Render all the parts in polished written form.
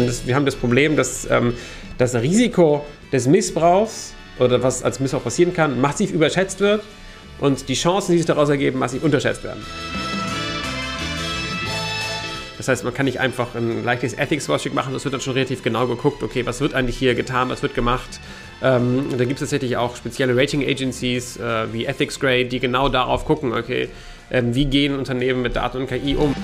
Wir haben das Problem, dass das Risiko des Missbrauchs oder was als Missbrauch passieren kann, massiv überschätzt wird und die Chancen, die sich daraus ergeben, massiv unterschätzt werden. Das heißt, man kann nicht einfach ein leichtes Ethics-Washing machen, das wird dann schon relativ genau geguckt, okay, was wird eigentlich hier getan, was wird gemacht. Da gibt es tatsächlich auch spezielle Rating-Agencies wie Ethics Grade, die genau darauf gucken, okay, wie gehen Unternehmen mit Daten und KI um.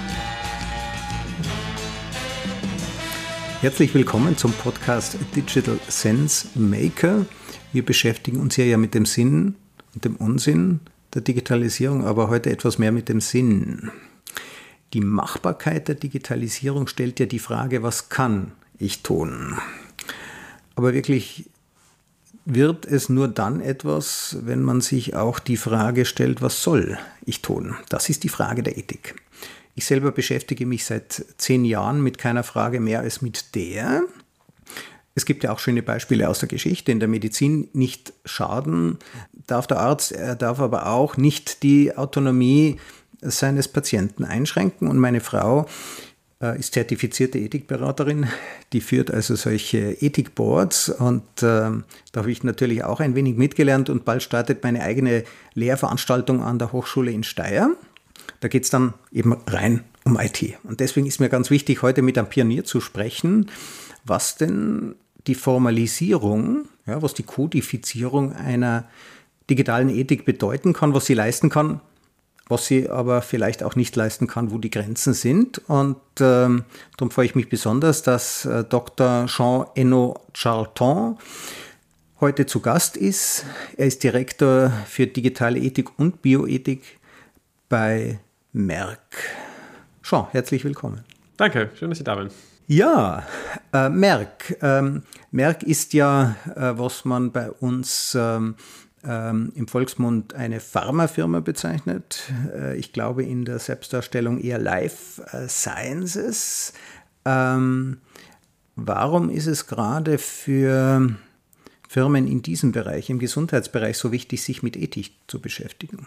Herzlich willkommen zum Podcast Digital Sense Maker. Wir beschäftigen uns hier ja mit dem Sinn und dem Unsinn der Digitalisierung, aber heute etwas mehr mit dem Sinn. Die Machbarkeit der Digitalisierung stellt ja die Frage, was kann ich tun? Aber wirklich wird es nur dann etwas, wenn man sich auch die Frage stellt, was soll ich tun? Das ist die Frage der Ethik. Ich selber beschäftige mich seit 10 Jahren mit keiner Frage mehr als mit der. Es gibt ja auch schöne Beispiele aus der Geschichte. In der Medizin nicht schaden darf der Arzt, er darf aber auch nicht die Autonomie seines Patienten einschränken. Und meine Frau ist zertifizierte Ethikberaterin, die führt also solche Ethikboards und da habe ich natürlich auch ein wenig mitgelernt und bald startet meine eigene Lehrveranstaltung an der Hochschule in Steyr. Da geht es dann eben rein um IT. Und deswegen ist mir ganz wichtig, heute mit einem Pionier zu sprechen, was denn die Formalisierung, ja, was die Kodifizierung einer digitalen Ethik bedeuten kann, was sie leisten kann, was sie aber vielleicht auch nicht leisten kann, wo die Grenzen sind. Und darum freue ich mich besonders, dass Dr. Jean-Henno Charlton heute zu Gast ist. Er ist Direktor für digitale Ethik und Bioethik bei Merck. Jean, herzlich willkommen. Danke, schön, dass ich da bin. Ja, Merck. Merck ist ja, was man bei uns im Volksmund eine Pharmafirma bezeichnet. Ich glaube in der Selbstdarstellung eher Life Sciences. Warum ist es gerade für Firmen in diesem Bereich, im Gesundheitsbereich, so wichtig, sich mit Ethik zu beschäftigen?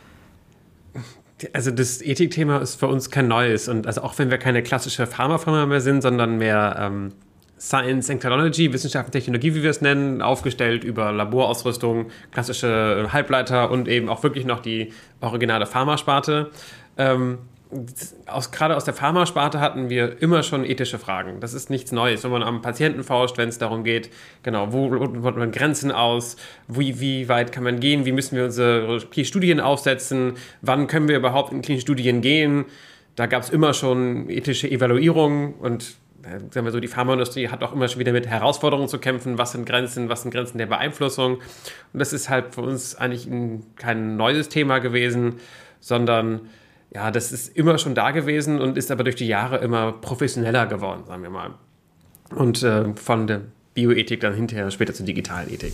Also das Ethikthema ist für uns kein neues. Und also auch wenn wir keine klassische Pharmafirma mehr sind, sondern mehr Science and Technology, Wissenschaft und Technologie, wie wir es nennen, aufgestellt über Laborausrüstung, klassische Halbleiter und eben auch wirklich noch die originale Pharmasparte. Gerade aus der Pharmasparte hatten wir immer schon ethische Fragen. Das ist nichts Neues, wenn man am Patienten forscht, wenn es darum geht, genau, wo lotet man Grenzen aus, wie weit kann man gehen, wie müssen wir unsere Studien aufsetzen, wann können wir überhaupt in klinische Studien gehen. Da gab es immer schon ethische Evaluierungen und sagen wir so, die Pharmaindustrie hat auch immer schon wieder mit Herausforderungen zu kämpfen. Was sind Grenzen der Beeinflussung? Und das ist halt für uns eigentlich kein neues Thema gewesen, sondern ja, das ist immer schon da gewesen und ist aber durch die Jahre immer professioneller geworden, sagen wir mal. Und von der Bioethik dann hinterher später zur digitalen Ethik.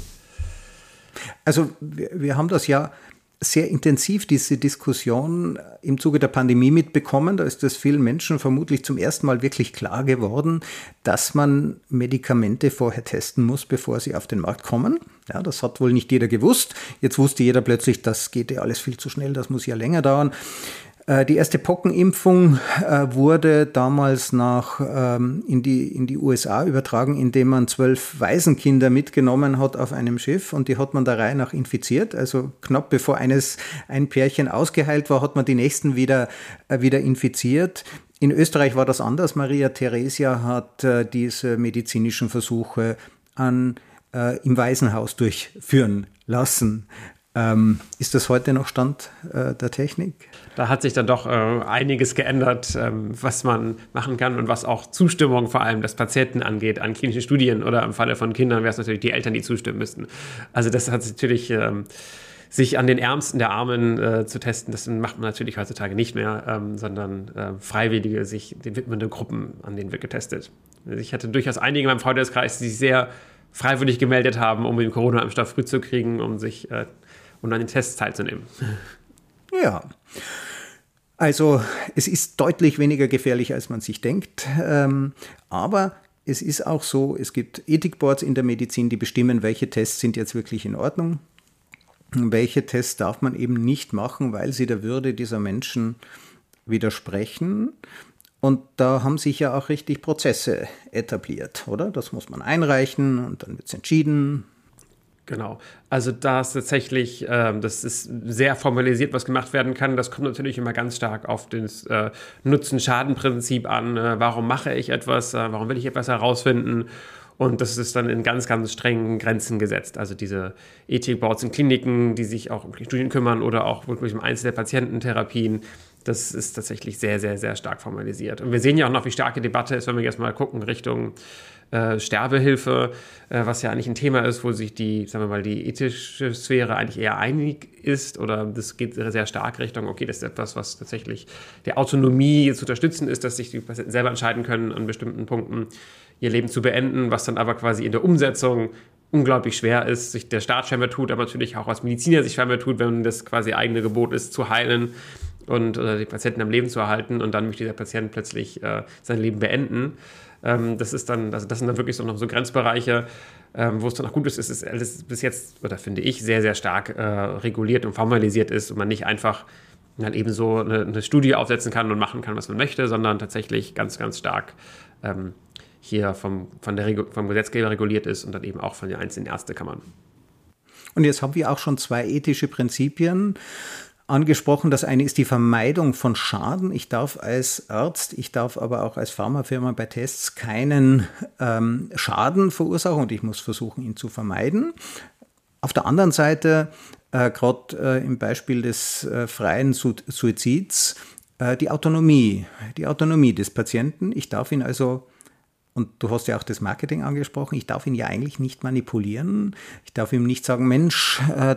Also wir haben das ja sehr intensiv, diese Diskussion im Zuge der Pandemie mitbekommen. Da ist es vielen Menschen vermutlich zum ersten Mal wirklich klar geworden, dass man Medikamente vorher testen muss, bevor sie auf den Markt kommen. Ja, das hat wohl nicht jeder gewusst. Jetzt wusste jeder plötzlich, das geht ja alles viel zu schnell, das muss ja länger dauern. Die erste Pockenimpfung wurde damals in die USA übertragen, indem man 12 Waisenkinder mitgenommen hat auf einem Schiff und die hat man der Reihe nach infiziert. Also knapp bevor ein Pärchen ausgeheilt war, hat man die nächsten wieder infiziert. In Österreich war das anders. Maria Theresia hat diese medizinischen Versuche im Waisenhaus durchführen lassen. Ist das heute noch Stand der Technik? Da hat sich dann doch einiges geändert, was man machen kann und was auch Zustimmung vor allem des Patienten angeht an klinischen Studien oder im Falle von Kindern wäre es natürlich die Eltern, die zustimmen müssten. Also das hat natürlich sich an den Ärmsten der Armen zu testen, das macht man natürlich heutzutage nicht mehr, sondern freiwillige, sich den widmende Gruppen, an denen wird getestet. Also ich hatte durchaus einige in meinem Freundeskreis, die sich sehr freiwillig gemeldet haben, um den Corona-Impfstoff früh zu kriegen, um an den Tests teilzunehmen. Ja, also es ist deutlich weniger gefährlich, als man sich denkt, aber es ist auch so, es gibt Ethikboards in der Medizin, die bestimmen, welche Tests sind jetzt wirklich in Ordnung, welche Tests darf man eben nicht machen, weil sie der Würde dieser Menschen widersprechen. Und da haben sich ja auch richtig Prozesse etabliert, oder? Das muss man einreichen und dann wird es entschieden. Genau. Also da ist tatsächlich, das ist sehr formalisiert, was gemacht werden kann. Das kommt natürlich immer ganz stark auf das Nutzen-Schaden-Prinzip an. Warum mache ich etwas? Warum will ich etwas herausfinden? Und das ist dann in ganz, ganz strengen Grenzen gesetzt. Also diese Ethik-Boards in Kliniken, die sich auch um Studien kümmern oder auch wirklich im Einzel der Patiententherapien, das ist tatsächlich sehr, sehr, sehr stark formalisiert. Und wir sehen ja auch noch, wie stark die Debatte ist, wenn wir jetzt mal gucken Richtung Sterbehilfe, was ja eigentlich ein Thema ist, wo sich die, sagen wir mal, die ethische Sphäre eigentlich eher einig ist, oder das geht sehr stark Richtung, okay, das ist etwas, was tatsächlich der Autonomie zu unterstützen ist, dass sich die Patienten selber entscheiden können, an bestimmten Punkten ihr Leben zu beenden, was dann aber quasi in der Umsetzung unglaublich schwer ist, sich der Staat schwer tut, aber natürlich auch als Mediziner sich schwer tut, wenn das quasi eigene Gebot ist, zu heilen und die Patienten am Leben zu erhalten, und dann möchte dieser Patient plötzlich sein Leben beenden. Das ist dann, also das sind dann wirklich so noch so Grenzbereiche, wo es dann auch gut ist, ist alles bis jetzt, oder finde ich, sehr, sehr stark reguliert und formalisiert ist und man nicht einfach halt eben so eine Studie aufsetzen kann und machen kann, was man möchte, sondern tatsächlich ganz, ganz stark hier vom Gesetzgeber reguliert ist und dann eben auch von den einzelnen Ärztekammern. Und jetzt haben wir auch schon 2 ethische Prinzipien angesprochen. Das eine ist die Vermeidung von Schaden. Ich darf als Arzt, ich darf aber auch als Pharmafirma bei Tests keinen Schaden verursachen und ich muss versuchen, ihn zu vermeiden. Auf der anderen Seite, gerade im Beispiel des freien Suizids, die Autonomie des Patienten. Ich darf ihn also, und du hast ja auch das Marketing angesprochen, ich darf ihn ja eigentlich nicht manipulieren. Ich darf ihm nicht sagen, Mensch,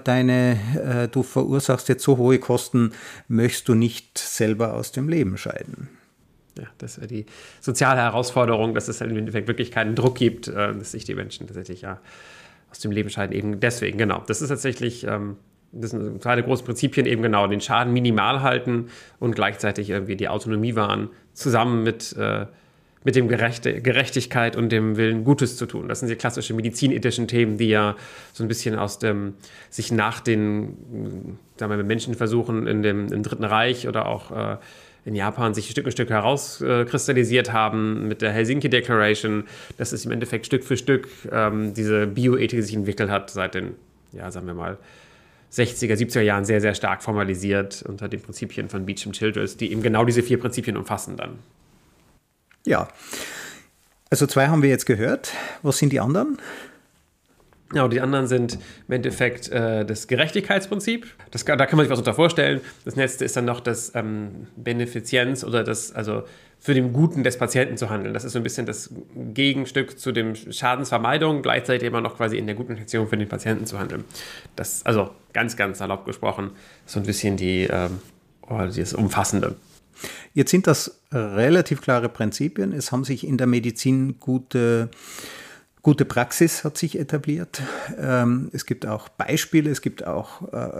du verursachst jetzt so hohe Kosten, möchtest du nicht selber aus dem Leben scheiden? Ja, das wäre die soziale Herausforderung, dass es halt im Endeffekt wirklich keinen Druck gibt, dass sich die Menschen tatsächlich ja aus dem Leben scheiden. Eben deswegen, genau. Das ist tatsächlich, das sind 2 große Prinzipien, eben genau, den Schaden minimal halten und gleichzeitig irgendwie die Autonomie wahren, zusammen mit dem Gerechtigkeit und dem Willen, Gutes zu tun. Das sind die klassischen medizinethischen Themen, die ja so ein bisschen aus dem, sich nach den, sagen wir, Menschenversuchen im Dritten Reich oder auch in Japan sich Stück für Stück herauskristallisiert haben mit der Helsinki Declaration. Das ist im Endeffekt Stück für Stück diese Bioethik, die sich entwickelt hat seit den, ja, sagen wir mal, 60er, 70er Jahren sehr, sehr stark formalisiert unter den Prinzipien von Beecham-Childress, die eben genau diese 4 Prinzipien umfassen dann. Ja, also 2 haben wir jetzt gehört. Was sind die anderen? Ja, die anderen sind im Endeffekt das Gerechtigkeitsprinzip. Da kann man sich was unter vorstellen. Das letzte ist dann noch das Benefizienz oder das, also für den Guten des Patienten zu handeln. Das ist so ein bisschen das Gegenstück zu dem Schadensvermeidung, gleichzeitig immer noch quasi in der guten Intention für den Patienten zu handeln. Das, also ganz, ganz salopp gesprochen, so ein bisschen das Umfassende. Jetzt sind das relativ klare Prinzipien. Es haben sich in der Medizin gute Praxis hat sich etabliert. Es gibt auch Beispiele, es gibt auch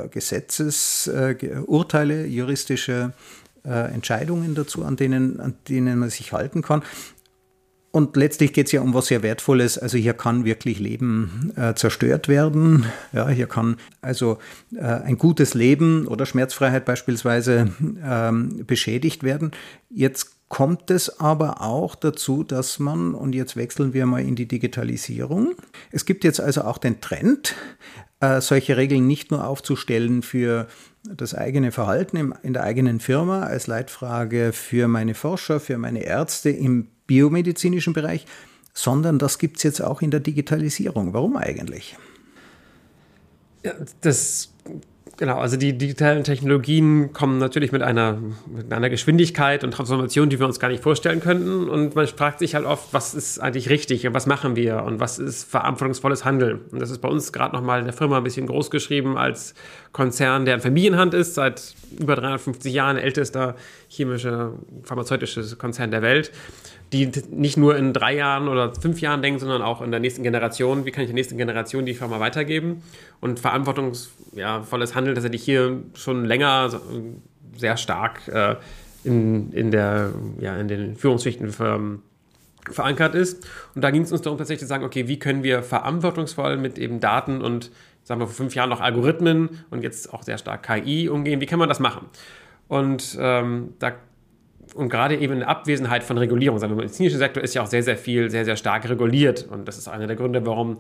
Urteile, juristische Entscheidungen dazu, an denen man sich halten kann. Und letztlich geht es ja um was sehr Wertvolles. Also hier kann wirklich Leben zerstört werden. Ja, hier kann also ein gutes Leben oder Schmerzfreiheit beispielsweise beschädigt werden. Jetzt kommt es aber auch dazu, dass man, und jetzt wechseln wir mal in die Digitalisierung, es gibt jetzt also auch den Trend, solche Regeln nicht nur aufzustellen für das eigene Verhalten in der eigenen Firma als Leitfrage für meine Forscher, für meine Ärzte im biomedizinischen Bereich, sondern das gibt es jetzt auch in der Digitalisierung. Warum eigentlich? Ja, genau, also die digitalen Technologien kommen natürlich mit einer Geschwindigkeit und Transformation, die wir uns gar nicht vorstellen könnten. Und man fragt sich halt oft, was ist eigentlich richtig und was machen wir und was ist verantwortungsvolles Handeln. Und das ist bei uns gerade nochmal in der Firma ein bisschen groß geschrieben als Konzern, der in Familienhand ist, seit über 350 Jahren, ältester pharmazeutischer Konzern der Welt, die nicht nur in 3 Jahren oder 5 Jahren denken, sondern auch in der nächsten Generation. Wie kann ich der nächsten Generation die Firma weitergeben? Und verantwortungsvolles Handeln tatsächlich hier schon länger sehr stark in den Führungsschichten verankert ist. Und da ging es uns darum, tatsächlich zu sagen, okay, wie können wir verantwortungsvoll mit eben Daten und, sagen wir, vor 5 Jahren noch Algorithmen und jetzt auch sehr stark KI umgehen? Wie kann man das machen? Und da Und gerade eben in der Abwesenheit von Regulierung. Der medizinische Sektor ist ja auch sehr, sehr viel, sehr, sehr stark reguliert. Und das ist einer der Gründe, warum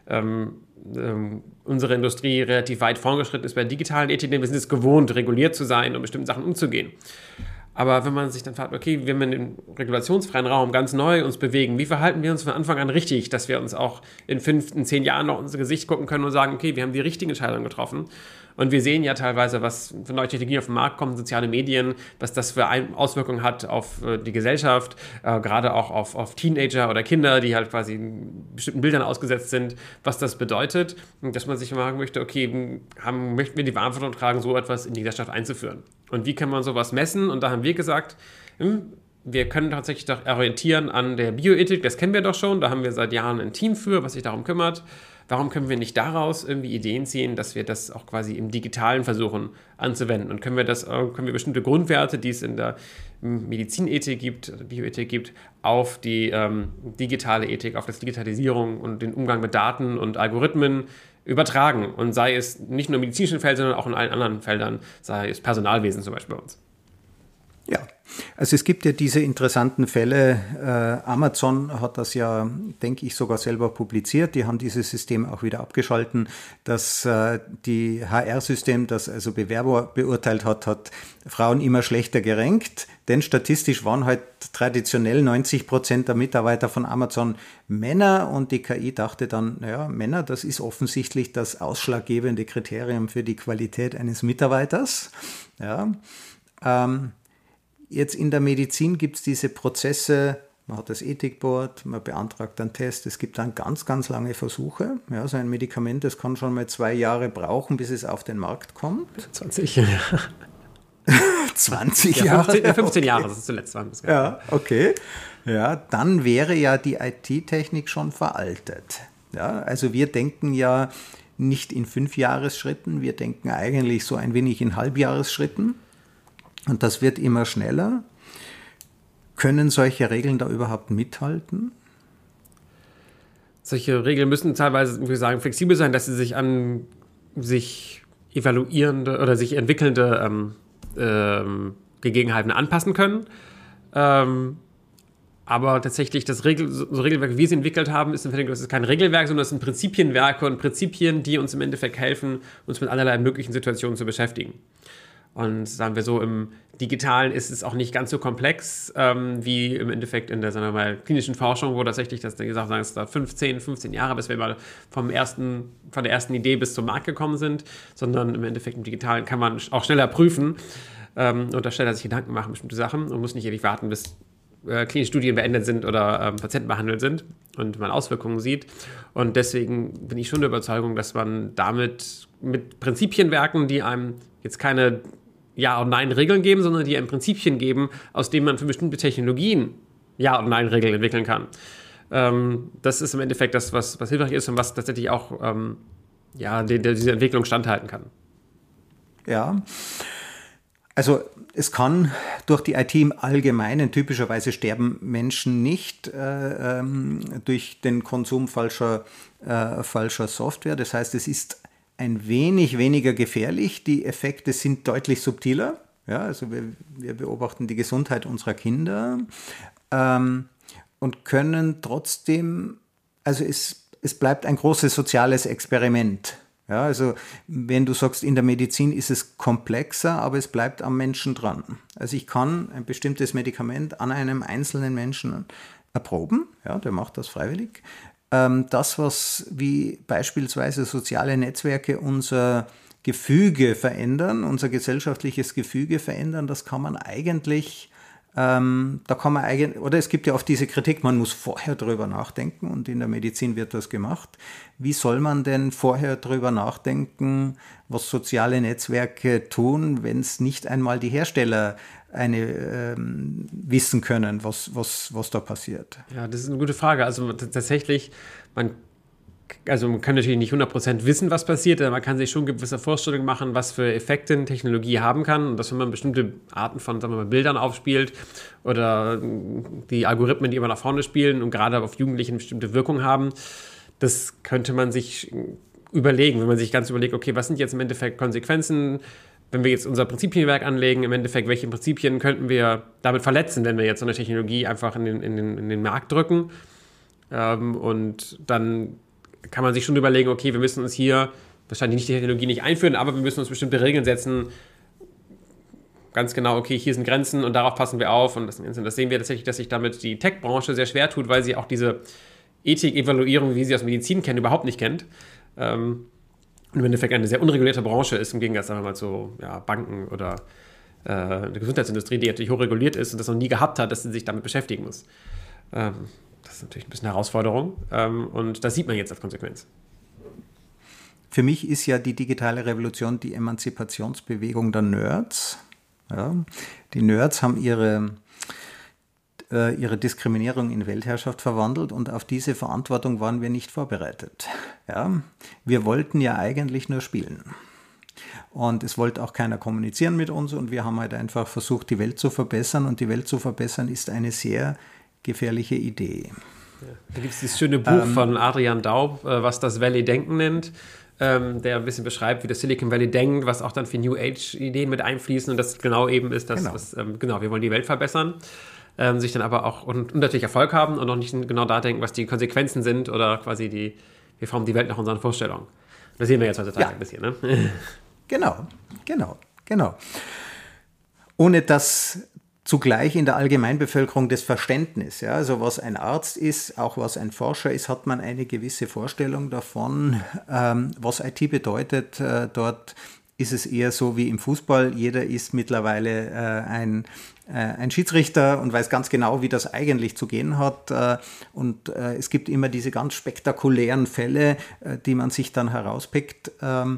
unsere Industrie relativ weit vorangeschritten ist bei digitalen Ethik. Denn wir sind es gewohnt, reguliert zu sein und bestimmten Sachen umzugehen. Aber wenn man sich dann fragt, okay, wenn wir in den regulationsfreien Raum ganz neu uns bewegen, wie verhalten wir uns von Anfang an richtig, dass wir uns auch in 5, in 10 Jahren noch unser Gesicht gucken können und sagen, okay, wir haben die richtigen Entscheidungen getroffen. Und wir sehen ja teilweise, was für neue Technologien auf den Markt kommen, soziale Medien, was das für Auswirkungen hat auf die Gesellschaft, gerade auch auf Teenager oder Kinder, die halt quasi bestimmten Bildern ausgesetzt sind, was das bedeutet. Und dass man sich fragen möchte, okay, möchten wir die Verantwortung tragen, so etwas in die Gesellschaft einzuführen? Und wie kann man sowas messen? Und da haben wir gesagt, wir können tatsächlich doch orientieren an der Bioethik, das kennen wir doch schon, da haben wir seit Jahren ein Team für, was sich darum kümmert. Warum können wir nicht daraus irgendwie Ideen ziehen, dass wir das auch quasi im Digitalen versuchen anzuwenden? Und können wir bestimmte Grundwerte, die es in der Medizinethik gibt, Bioethik gibt, auf die digitale Ethik, auf das Digitalisierung und den Umgang mit Daten und Algorithmen übertragen? Und sei es nicht nur im medizinischen Feld, sondern auch in allen anderen Feldern, sei es Personalwesen zum Beispiel bei uns. Ja, also es gibt ja diese interessanten Fälle. Amazon hat das ja, denke ich, sogar selber publiziert. Die haben dieses System auch wieder abgeschalten. Das die HR-System, das also Bewerber beurteilt hat Frauen immer schlechter gerankt. Denn statistisch waren halt traditionell 90% der Mitarbeiter von Amazon Männer. Und die KI dachte dann, naja, Männer, das ist offensichtlich das ausschlaggebende Kriterium für die Qualität eines Mitarbeiters. Ja, jetzt in der Medizin gibt es diese Prozesse, man hat das Ethikboard, man beantragt einen Test, es gibt dann ganz, ganz lange Versuche. Ja, so ein Medikament, das kann schon mal 2 Jahre brauchen, bis es auf den Markt kommt. 20 Jahre. 20 Jahre? 15 Jahre, das ist zuletzt. Ja, okay. Ja, dann wäre ja die IT-Technik schon veraltet. Ja, also wir denken ja nicht in 5-Jahresschritten, wir denken eigentlich so ein wenig in Halbjahresschritten. Und das wird immer schneller. Können solche Regeln da überhaupt mithalten? Solche Regeln müssen teilweise, würde ich sagen, flexibel sein, dass sie sich an sich evaluierende oder sich entwickelnde Gegebenheiten anpassen können. Aber tatsächlich das Regelwerk, wie wir es entwickelt haben, ist kein Regelwerk, sondern es sind Prinzipienwerke und Prinzipien, die uns im Endeffekt helfen, uns mit allerlei möglichen Situationen zu beschäftigen. Und sagen wir so, im Digitalen ist es auch nicht ganz so komplex wie im Endeffekt in der, sagen wir mal, klinischen Forschung, wo tatsächlich, es dauert 15 Jahre, bis wir mal von der ersten Idee bis zum Markt gekommen sind, sondern im Endeffekt im Digitalen kann man auch schneller prüfen und da schneller sich Gedanken machen, bestimmte Sachen und muss nicht ewig warten, bis klinische Studien beendet sind oder Patienten behandelt sind und man Auswirkungen sieht. Und deswegen bin ich schon der Überzeugung, dass man damit mit Prinzipienwerken, die einem jetzt keine Ja- und Nein-Regeln geben, sondern die einem Prinzipien geben, aus denen man für bestimmte Technologien Ja- und Nein-Regeln entwickeln kann. Das ist im Endeffekt das, was hilfreich ist und was tatsächlich auch diese Entwicklung standhalten kann. Ja, also es kann durch die IT im Allgemeinen, typischerweise sterben Menschen nicht durch den Konsum falscher Software. Das heißt, es ist ein wenig weniger gefährlich. Die Effekte sind deutlich subtiler. Ja, also wir beobachten die Gesundheit unserer Kinder und können trotzdem, also es bleibt ein großes soziales Experiment. Ja, also wenn du sagst, in der Medizin ist es komplexer, aber es bleibt am Menschen dran. Also ich kann ein bestimmtes Medikament an einem einzelnen Menschen erproben, ja, der macht das freiwillig. Das, was wie beispielsweise soziale Netzwerke unser Gefüge verändern, unser gesellschaftliches Gefüge verändern, das kann man eigentlich, oder es gibt ja oft diese Kritik, man muss vorher drüber nachdenken und in der Medizin wird das gemacht. Wie soll man denn vorher drüber nachdenken, was soziale Netzwerke tun, wenn es nicht einmal die Hersteller wissen können, was da passiert? Ja, das ist eine gute Frage. Also tatsächlich, man kann natürlich nicht 100% wissen, was passiert, aber man kann sich schon gewisse Vorstellungen machen, was für Effekte eine Technologie haben kann. Und dass, wenn man bestimmte Arten von, sagen wir mal, Bildern aufspielt oder die Algorithmen, die immer nach vorne spielen und gerade auf Jugendlichen eine bestimmte Wirkung haben, das könnte man sich überlegen, wenn man sich ganz überlegt, okay, was sind jetzt im Endeffekt Konsequenzen wenn wir jetzt unser Prinzipienwerk anlegen, im Endeffekt, welche Prinzipien könnten wir damit verletzen, wenn wir jetzt so eine Technologie einfach in den Markt drücken. Und dann kann man sich schon überlegen, okay, wir müssen uns hier wahrscheinlich nicht die Technologie nicht einführen, aber wir müssen uns bestimmte Regeln setzen. Ganz genau, okay, hier sind Grenzen und darauf passen wir auf. Und das sehen wir tatsächlich, dass sich damit die Tech-Branche sehr schwer tut, weil sie auch diese Ethik-Evaluierung, wie sie aus Medizin kennen, überhaupt nicht kennt. Und im Endeffekt eine sehr unregulierte Branche ist, im Gegensatz einfach mal zu Banken oder der Gesundheitsindustrie, die natürlich hochreguliert ist und das noch nie gehabt hat, dass sie sich damit beschäftigen muss. Das ist natürlich ein bisschen eine Herausforderung und das sieht man jetzt als Konsequenz. Für mich ist ja die digitale Revolution die Emanzipationsbewegung der Nerds. Ja, die Nerds haben ihre Diskriminierung in Weltherrschaft verwandelt und auf diese Verantwortung waren wir nicht vorbereitet. Ja, wir wollten ja eigentlich nur spielen. Und es wollte auch keiner kommunizieren mit uns und wir haben halt einfach versucht, die Welt zu verbessern und die Welt zu verbessern ist eine sehr gefährliche Idee. Ja, da gibt es dieses schöne Buch von Adrian Daub, was das Valley-Denken nennt, der ein bisschen beschreibt, wie das Silicon Valley denkt, was auch dann für New Age-Ideen mit einfließen und das genau eben ist, dass wir wollen die Welt verbessern, sich dann aber auch und natürlich Erfolg haben und noch nicht genau da denken, was die Konsequenzen sind oder quasi wir formen die Welt nach unseren Vorstellungen. Das sehen wir jetzt heutzutage ein bisschen, ne? Genau. Ohne dass zugleich in der Allgemeinbevölkerung das Verständnis, ja, also was ein Arzt ist, auch was ein Forscher ist, hat man eine gewisse Vorstellung davon, was IT bedeutet. Dort ist es eher so wie im Fußball, jeder ist mittlerweile ein Schiedsrichter und weiß ganz genau, wie das eigentlich zu gehen hat. Und es gibt immer diese ganz spektakulären Fälle, die man sich dann herauspickt.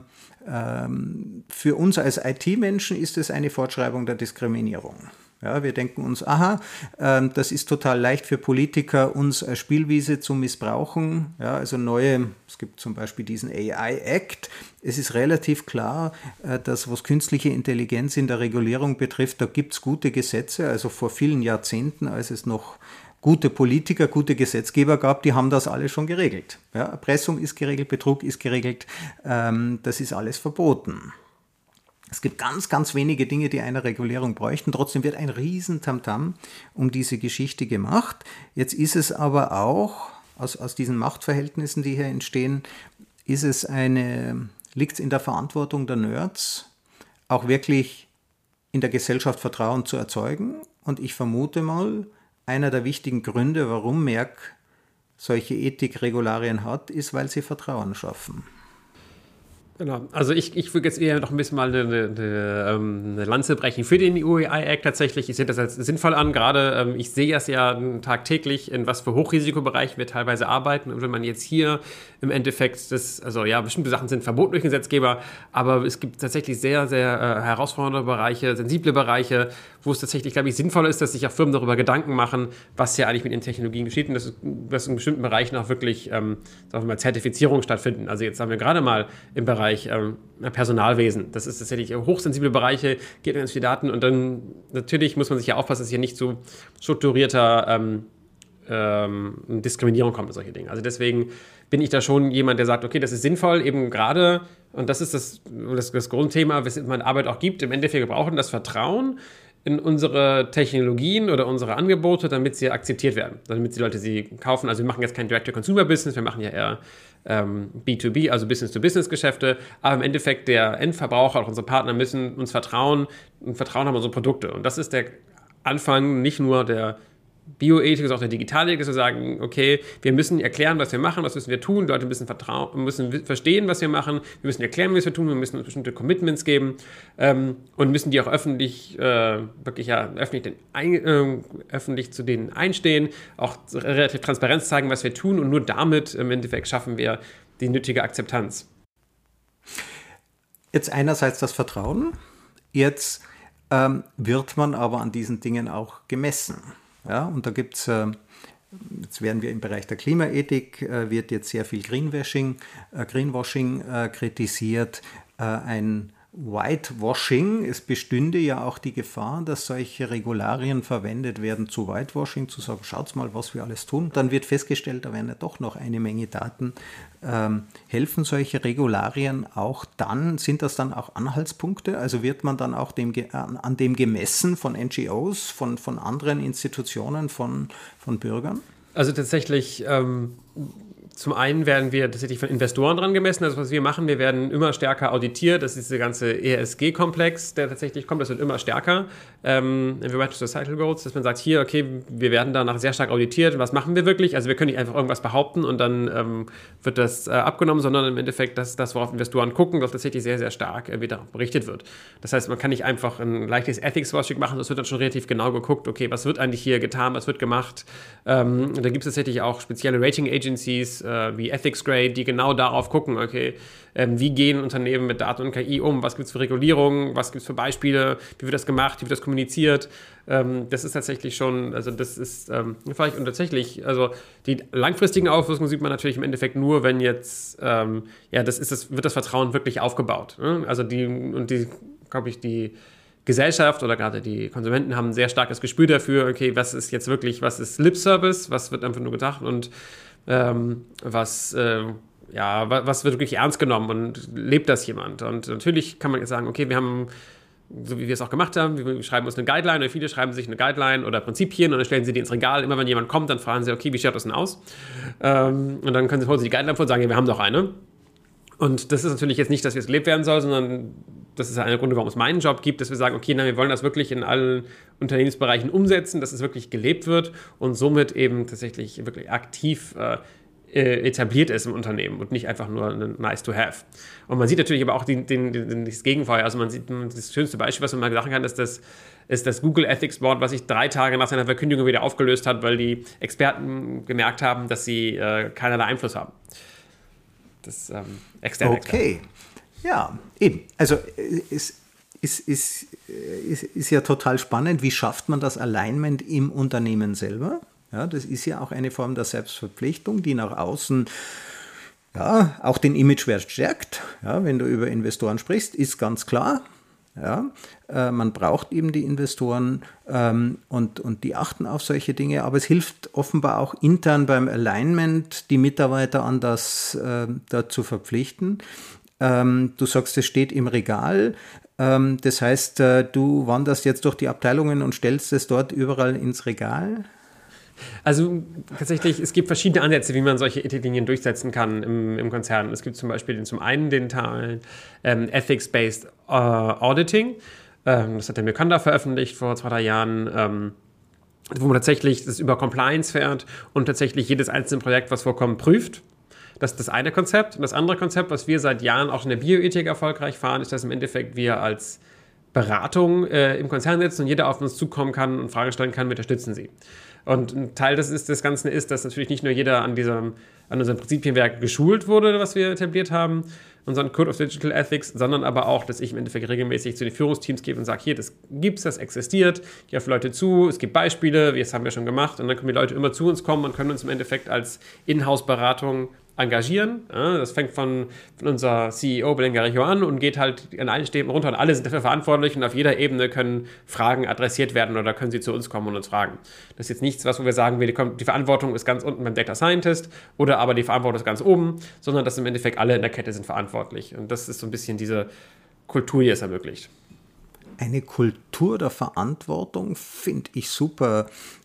Für uns als IT-Menschen ist es eine Fortschreibung der Diskriminierung. Ja, wir denken uns, das ist total leicht für Politiker, uns als Spielwiese zu missbrauchen. Ja, also es gibt zum Beispiel diesen AI-Act. Es ist relativ klar, dass was künstliche Intelligenz in der Regulierung betrifft, da gibt es gute Gesetze. Also vor vielen Jahrzehnten, als es noch gute Politiker, gute Gesetzgeber gab, die haben das alles schon geregelt. Ja, Erpressung ist geregelt, Betrug ist geregelt, das ist alles verboten. Es gibt ganz, ganz wenige Dinge, die eine Regulierung bräuchten. Trotzdem wird ein riesen Tamtam um diese Geschichte gemacht. Jetzt ist es aber auch, aus diesen Machtverhältnissen, die hier entstehen, liegt es in der Verantwortung der Nerds, auch wirklich in der Gesellschaft Vertrauen zu erzeugen. Und ich vermute mal, einer der wichtigen Gründe, warum Merck solche Ethikregularien hat, ist, weil sie Vertrauen schaffen. Genau, also ich würde jetzt eher noch ein bisschen mal eine Lanze brechen für den EU-AI-Act tatsächlich. Ich sehe das als sinnvoll an, gerade ich sehe es ja tagtäglich, in was für Hochrisikobereichen wir teilweise arbeiten. Und wenn man jetzt hier im Endeffekt bestimmte Sachen sind verboten durch den Gesetzgeber, aber es gibt tatsächlich sehr, sehr herausfordernde Bereiche, sensible Bereiche, wo es tatsächlich, glaube ich, sinnvoll ist, dass sich auch Firmen darüber Gedanken machen, was ja eigentlich mit den Technologien geschieht und dass in bestimmten Bereichen auch wirklich Zertifizierungen stattfinden. Also jetzt haben wir gerade mal im Bereich Personalwesen. Das ist tatsächlich hochsensible Bereiche, geht ganz viel Daten und dann natürlich muss man sich ja aufpassen, dass hier nicht zu strukturierter Diskriminierung kommt und solche Dinge. Also deswegen bin ich da schon jemand, der sagt, okay, das ist sinnvoll, eben gerade, und das ist das Grundthema, weshalb man Arbeit auch gibt, im Endeffekt, wir brauchen das Vertrauen in unsere Technologien oder unsere Angebote, damit sie akzeptiert werden, damit die Leute sie kaufen. Also wir machen jetzt kein Direct-to-Consumer-Business, wir machen ja eher B2B, also Business-to-Business-Geschäfte, aber im Endeffekt der Endverbraucher, auch unsere Partner müssen uns vertrauen und Vertrauen haben unsere Produkte. Und das ist der Anfang nicht nur der Bioethik, sondern auch der Digitalethik, dass wir sagen, okay, wir müssen erklären, was wir machen, was müssen wir tun, die Leute müssen verstehen, was wir machen, wir müssen erklären, was wir tun, wir müssen uns bestimmte Commitments geben und müssen die auch öffentlich zu denen einstehen, auch relativ Transparenz zeigen, was wir tun und nur damit im Endeffekt schaffen wir die nötige Akzeptanz. Jetzt einerseits das Vertrauen, jetzt wird man aber an diesen Dingen auch gemessen. Ja, und da gibt es, jetzt werden wir im Bereich der Klimaethik, wird jetzt sehr viel Greenwashing kritisiert. Ein Whitewashing. Es bestünde ja auch die Gefahr, dass solche Regularien verwendet werden zu Whitewashing, zu sagen, schaut mal, was wir alles tun. Dann wird festgestellt, da werden ja doch noch eine Menge Daten. Helfen solche Regularien auch dann, sind das dann auch Anhaltspunkte? Also wird man dann auch an dem gemessen von NGOs, von anderen Institutionen, von Bürgern? Also tatsächlich, zum einen werden wir tatsächlich von Investoren dran gemessen. Also was wir machen, wir werden immer stärker auditiert. Das ist dieser ganze ESG-Komplex, der tatsächlich kommt. Das wird immer stärker. Environmental Societal Goals, dass man sagt, hier, okay, wir werden danach sehr stark auditiert. Was machen wir wirklich? Also wir können nicht einfach irgendwas behaupten und dann wird das abgenommen, sondern im Endeffekt, das, worauf Investoren gucken, dass tatsächlich sehr, sehr stark darauf berichtet wird. Das heißt, man kann nicht einfach ein leichtes Ethics-Washing machen. Das wird dann schon relativ genau geguckt. Okay, was wird eigentlich hier getan? Was wird gemacht? Da gibt es tatsächlich auch spezielle Rating-Agencies, wie Ethics Grade, die genau darauf gucken, okay, wie gehen Unternehmen mit Daten und KI um, was gibt es für Regulierungen, was gibt es für Beispiele, wie wird das gemacht, wie wird das kommuniziert. Das ist tatsächlich schon, also das ist vielleicht und tatsächlich, also die langfristigen Auswirkungen sieht man natürlich im Endeffekt nur, wenn jetzt, wird das Vertrauen wirklich aufgebaut. Ne? Also glaube ich, die Gesellschaft oder gerade die Konsumenten haben ein sehr starkes Gespür dafür, okay, was ist jetzt wirklich, was ist Lip-Service, was wird einfach nur gedacht und was wird wirklich ernst genommen und lebt das jemand? Und natürlich kann man jetzt sagen, okay, wir haben, so wie wir es auch gemacht haben, wir schreiben uns eine Guideline oder viele schreiben sich eine Guideline oder Prinzipien und dann stellen sie die ins Regal. Immer wenn jemand kommt, dann fragen sie, okay, wie schaut das denn aus? Und dann holen sie die Guideline vor und sagen, ja, wir haben doch eine. Und das ist natürlich jetzt nicht, dass es gelebt werden soll, sondern das ist ja einer Grund, warum es meinen Job gibt, dass wir sagen, okay, wir wollen das wirklich in allen Unternehmensbereichen umsetzen, dass es wirklich gelebt wird und somit eben tatsächlich wirklich aktiv etabliert ist im Unternehmen und nicht einfach nur nice to have. Und man sieht natürlich aber auch das Gegenfeuer. Also man sieht, das schönste Beispiel, was man mal sagen kann, ist das Google Ethics Board, was sich 3 Tage nach seiner Verkündigung wieder aufgelöst hat, weil die Experten gemerkt haben, dass sie keinerlei Einfluss haben. Das externe Okay, ja, eben. Also es ist ja total spannend, wie schafft man das Alignment im Unternehmen selber? Ja, das ist ja auch eine Form der Selbstverpflichtung, die nach außen auch den Imagewert stärkt. Ja, wenn du über Investoren sprichst, ist ganz klar. Ja, man braucht eben die Investoren und die achten auf solche Dinge, aber es hilft offenbar auch intern beim Alignment, die Mitarbeiter an das dazu verpflichten. Du sagst, es steht im Regal, das heißt, du wanderst jetzt durch die Abteilungen und stellst es dort überall ins Regal? Also tatsächlich, es gibt verschiedene Ansätze, wie man solche Ethiklinien durchsetzen kann im Konzern. Es gibt zum Beispiel zum einen den Teil Ethics-Based Auditing. Das hat der Mykanda veröffentlicht vor 2-3 Jahren, wo man tatsächlich das über Compliance fährt und tatsächlich jedes einzelne Projekt, was vorkommt, prüft. Das ist das eine Konzept. Und das andere Konzept, was wir seit Jahren auch in der Bioethik erfolgreich fahren, ist, dass im Endeffekt wir als Beratung im Konzern sitzen und jeder auf uns zukommen kann und Fragen stellen kann, wir unterstützen sie. Und ein Teil des Ganzen ist, dass natürlich nicht nur jeder an unserem Prinzipienwerk geschult wurde, was wir etabliert haben, unseren Code of Digital Ethics, sondern aber auch, dass ich im Endeffekt regelmäßig zu den Führungsteams gehe und sage, hier, das gibt's, das existiert, ich auf Leute zu, es gibt Beispiele, das haben wir schon gemacht und dann können die Leute immer zu uns kommen und können uns im Endeffekt als Inhouse-Beratung engagieren. Ja, das fängt von unser CEO Belengarejo an und geht halt an allen Stäben runter und alle sind dafür verantwortlich und auf jeder Ebene können Fragen adressiert werden oder können sie zu uns kommen und uns fragen. Das ist jetzt nichts, wo wir sagen, die Verantwortung ist ganz unten beim Data Scientist oder aber die Verantwortung ist ganz oben, sondern dass im Endeffekt alle in der Kette sind verantwortlich. Und das ist so ein bisschen diese Kultur, die es ermöglicht. Eine Kultur der Verantwortung finde ich super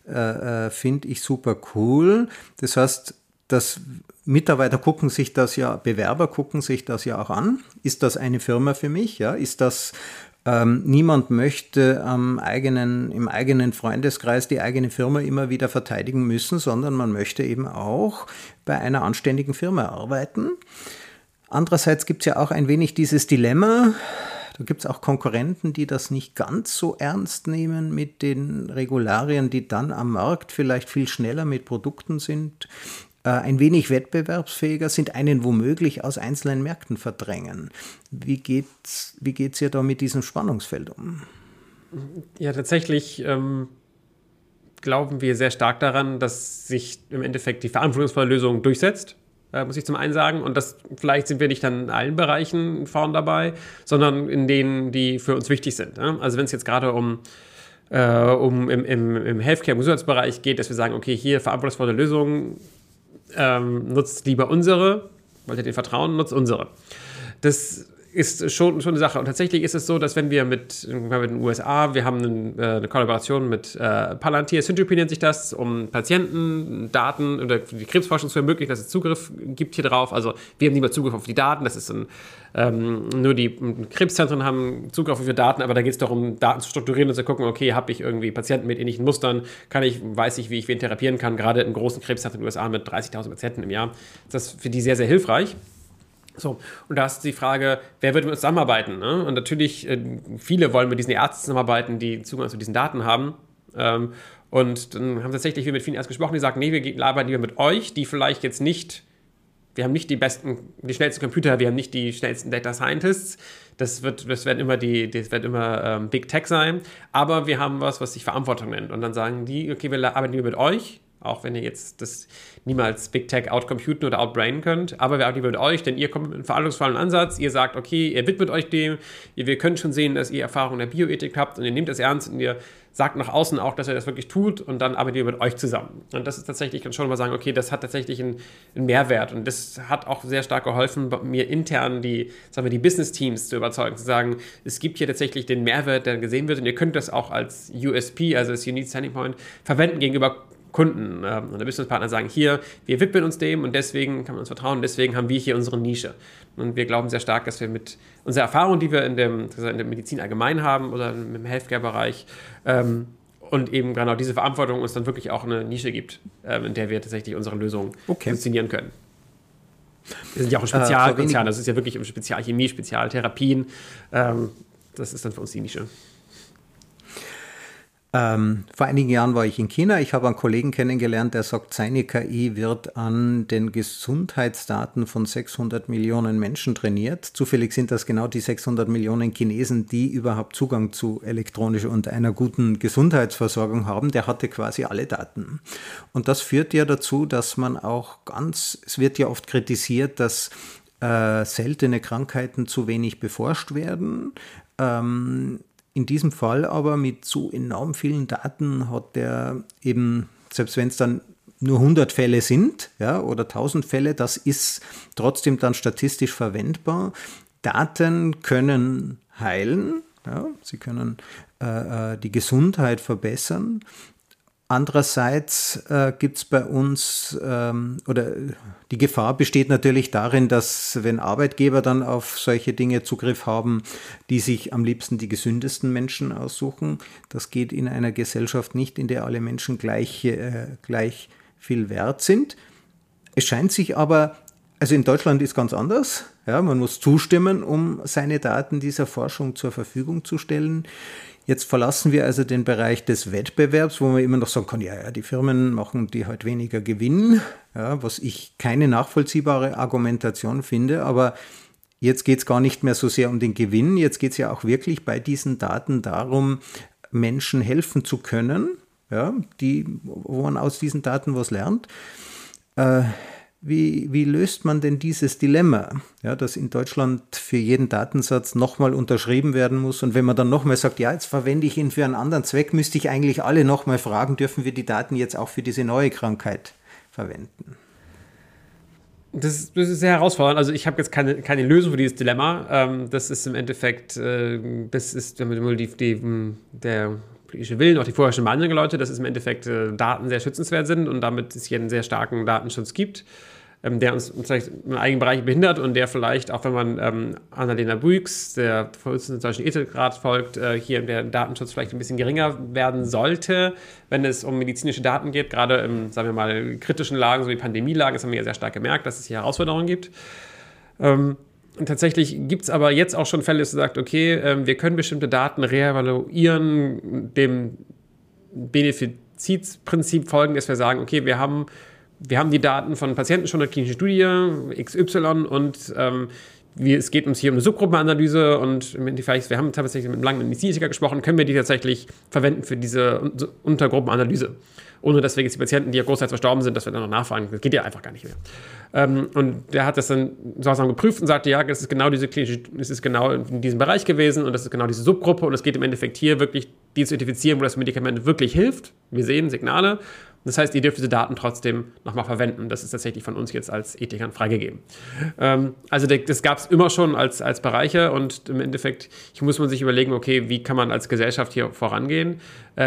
cool. Das heißt, dass Mitarbeiter Bewerber gucken sich das ja auch an. Ist das eine Firma für mich? Ja, ist das, niemand möchte im eigenen Freundeskreis die eigene Firma immer wieder verteidigen müssen, sondern man möchte eben auch bei einer anständigen Firma arbeiten. Andererseits gibt es ja auch ein wenig dieses Dilemma. Da gibt es auch Konkurrenten, die das nicht ganz so ernst nehmen mit den Regularien, die dann am Markt vielleicht viel schneller mit Produkten sind, ein wenig wettbewerbsfähiger sind, einen womöglich aus einzelnen Märkten verdrängen. Wie geht's ihr da mit diesem Spannungsfeld um? Ja, tatsächlich glauben wir sehr stark daran, dass sich im Endeffekt die verantwortungsvolle Lösung durchsetzt. muss ich zum einen sagen. Und vielleicht sind wir nicht dann in allen Bereichen vorn dabei, sondern in denen, die für uns wichtig sind. Ja? Also wenn es jetzt gerade im Healthcare, im Gesundheitsbereich geht, dass wir sagen, okay, hier verantwortungsvolle Lösungen, nutzt lieber unsere, wollt ihr den vertrauen, nutzt unsere. Das ist schon eine Sache. Und tatsächlich ist es so, dass wenn wir mit den USA, wir haben eine Kollaboration mit Palantir, Syntropy nennt sich das, um Patientendaten oder die Krebsforschung zu ermöglichen, dass es Zugriff gibt hier drauf. Also wir haben nicht mehr Zugriff auf die Daten, das ist nur die Krebszentren haben Zugriff auf die Daten, aber da geht es darum, Daten zu strukturieren und zu gucken, okay, habe ich irgendwie Patienten mit ähnlichen Mustern, weiß ich, wie ich wen therapieren kann, gerade in großen Krebszentren in den USA mit 30.000 Patienten im Jahr. Das ist für die sehr, sehr hilfreich. So, und da ist die Frage, wer wird mit uns zusammenarbeiten? Ne? Und natürlich, viele wollen mit diesen Ärzten zusammenarbeiten, die Zugang zu diesen Daten haben. Und dann haben tatsächlich wir mit vielen Ärzten gesprochen, die sagen, nee, wir arbeiten lieber mit euch, die vielleicht jetzt nicht, wir haben nicht die schnellsten Computer, wir haben nicht die schnellsten Data Scientists. Das wird immer Big Tech sein. Aber wir haben was sich Verantwortung nennt. Und dann sagen die, okay, wir arbeiten lieber mit euch, auch wenn ihr jetzt das niemals Big Tech outcomputen oder outbrainen könnt, aber wir arbeiten lieber mit euch, denn ihr kommt mit einem verantwortungsvollen Ansatz, ihr sagt, okay, ihr widmet euch dem, wir können schon sehen, dass ihr Erfahrung in der Bioethik habt und ihr nehmt das ernst und ihr sagt nach außen auch, dass ihr das wirklich tut und dann arbeitet ihr mit euch zusammen. Und das ist tatsächlich, ich kann schon mal sagen, okay, das hat tatsächlich einen Mehrwert und das hat auch sehr stark geholfen, mir intern die Business-Teams zu überzeugen, zu sagen, es gibt hier tatsächlich den Mehrwert, der gesehen wird und ihr könnt das auch als USP, also als Unique Selling Point, verwenden gegenüber Kunden und der Businesspartner sagen, hier, wir widmen uns dem und deswegen kann man uns vertrauen, deswegen haben wir hier unsere Nische. Und wir glauben sehr stark, dass wir mit unserer Erfahrung, die wir in der Medizin allgemein haben oder im Healthcare-Bereich und eben genau diese Verantwortung uns dann wirklich auch eine Nische gibt, in der wir tatsächlich unsere Lösungen positionieren können. Wir sind ja auch ein Spezialkonzern, das ist ja wirklich Spezialchemie, Spezialtherapien. Das ist dann für uns die Nische. Vor einigen Jahren war ich in China. Ich habe einen Kollegen kennengelernt, der sagt, seine KI wird an den Gesundheitsdaten von 600 Millionen Menschen trainiert. Zufällig sind das genau die 600 Millionen Chinesen, die überhaupt Zugang zu elektronischer und einer guten Gesundheitsversorgung haben. Der hatte quasi alle Daten. Und das führt ja dazu, dass man auch es wird ja oft kritisiert, dass seltene Krankheiten zu wenig beforscht werden. In diesem Fall aber mit so enorm vielen Daten hat der eben, selbst wenn es dann nur 100 Fälle sind, ja, oder 1000 Fälle, das ist trotzdem dann statistisch verwendbar. Daten können heilen, ja, sie können die Gesundheit verbessern. Andererseits gibt es bei uns, oder die Gefahr besteht natürlich darin, dass wenn Arbeitgeber dann auf solche Dinge Zugriff haben, die sich am liebsten die gesündesten Menschen aussuchen. Das geht in einer Gesellschaft nicht, in der alle Menschen gleich viel wert sind. Es scheint sich aber, also in Deutschland ist ganz anders. Ja, man muss zustimmen, um seine Daten dieser Forschung zur Verfügung zu stellen. Jetzt verlassen wir also den Bereich des Wettbewerbs, wo man immer noch sagen kann, ja, die Firmen machen die halt weniger Gewinn, ja, was ich keine nachvollziehbare Argumentation finde, aber jetzt geht es gar nicht mehr so sehr um den Gewinn, jetzt geht es ja auch wirklich bei diesen Daten darum, Menschen helfen zu können, ja, wo man aus diesen Daten was lernt. Wie löst man denn dieses Dilemma, ja, dass in Deutschland für jeden Datensatz nochmal unterschrieben werden muss und wenn man dann nochmal sagt, ja, jetzt verwende ich ihn für einen anderen Zweck, müsste ich eigentlich alle nochmal fragen, dürfen wir die Daten jetzt auch für diese neue Krankheit verwenden? Das ist sehr herausfordernd. Also ich habe jetzt keine Lösung für dieses Dilemma. Das ist im Endeffekt, das ist der politische Willen, auch die vorherrschenden Meinungen der Leute, dass es im Endeffekt Daten sehr schützenswert sind und damit es hier einen sehr starken Datenschutz gibt, der uns vielleicht im eigenen Bereich behindert und der vielleicht, auch wenn man Annalena Buiks, der Vorsitzenden des Deutschen Ethikrat folgt, hier der Datenschutz vielleicht ein bisschen geringer werden sollte, wenn es um medizinische Daten geht, gerade in, sagen wir mal, kritischen Lagen, so wie Pandemielagen, das haben wir ja sehr stark gemerkt, dass es hier Herausforderungen gibt. Und tatsächlich gibt es aber jetzt auch schon Fälle, dass man sagt, okay, wir können bestimmte Daten reevaluieren, dem Benefizitsprinzip folgen, dass wir sagen, okay, wir haben die Daten von Patienten schon in der klinischen Studie XY und es geht uns hier um eine Subgruppenanalyse und wir haben tatsächlich mit einem langen Medizinethiker gesprochen, können wir die tatsächlich verwenden für diese Untergruppenanalyse, ohne dass wir jetzt die Patienten, die ja großteils verstorben sind, dass wir dann noch nachfragen. Das geht ja einfach gar nicht mehr. Und der hat das dann sozusagen geprüft und sagte, ja, es ist genau in diesem Bereich gewesen und das ist genau diese Subgruppe und es geht im Endeffekt hier wirklich, die zu identifizieren, wo das Medikament wirklich hilft. Wir sehen Signale. Das heißt, ihr dürft diese Daten trotzdem nochmal verwenden. Das ist tatsächlich von uns jetzt als Ethikern freigegeben. Also das gab es immer schon als Bereiche und im Endeffekt hier muss man sich überlegen, okay, wie kann man als Gesellschaft hier vorangehen?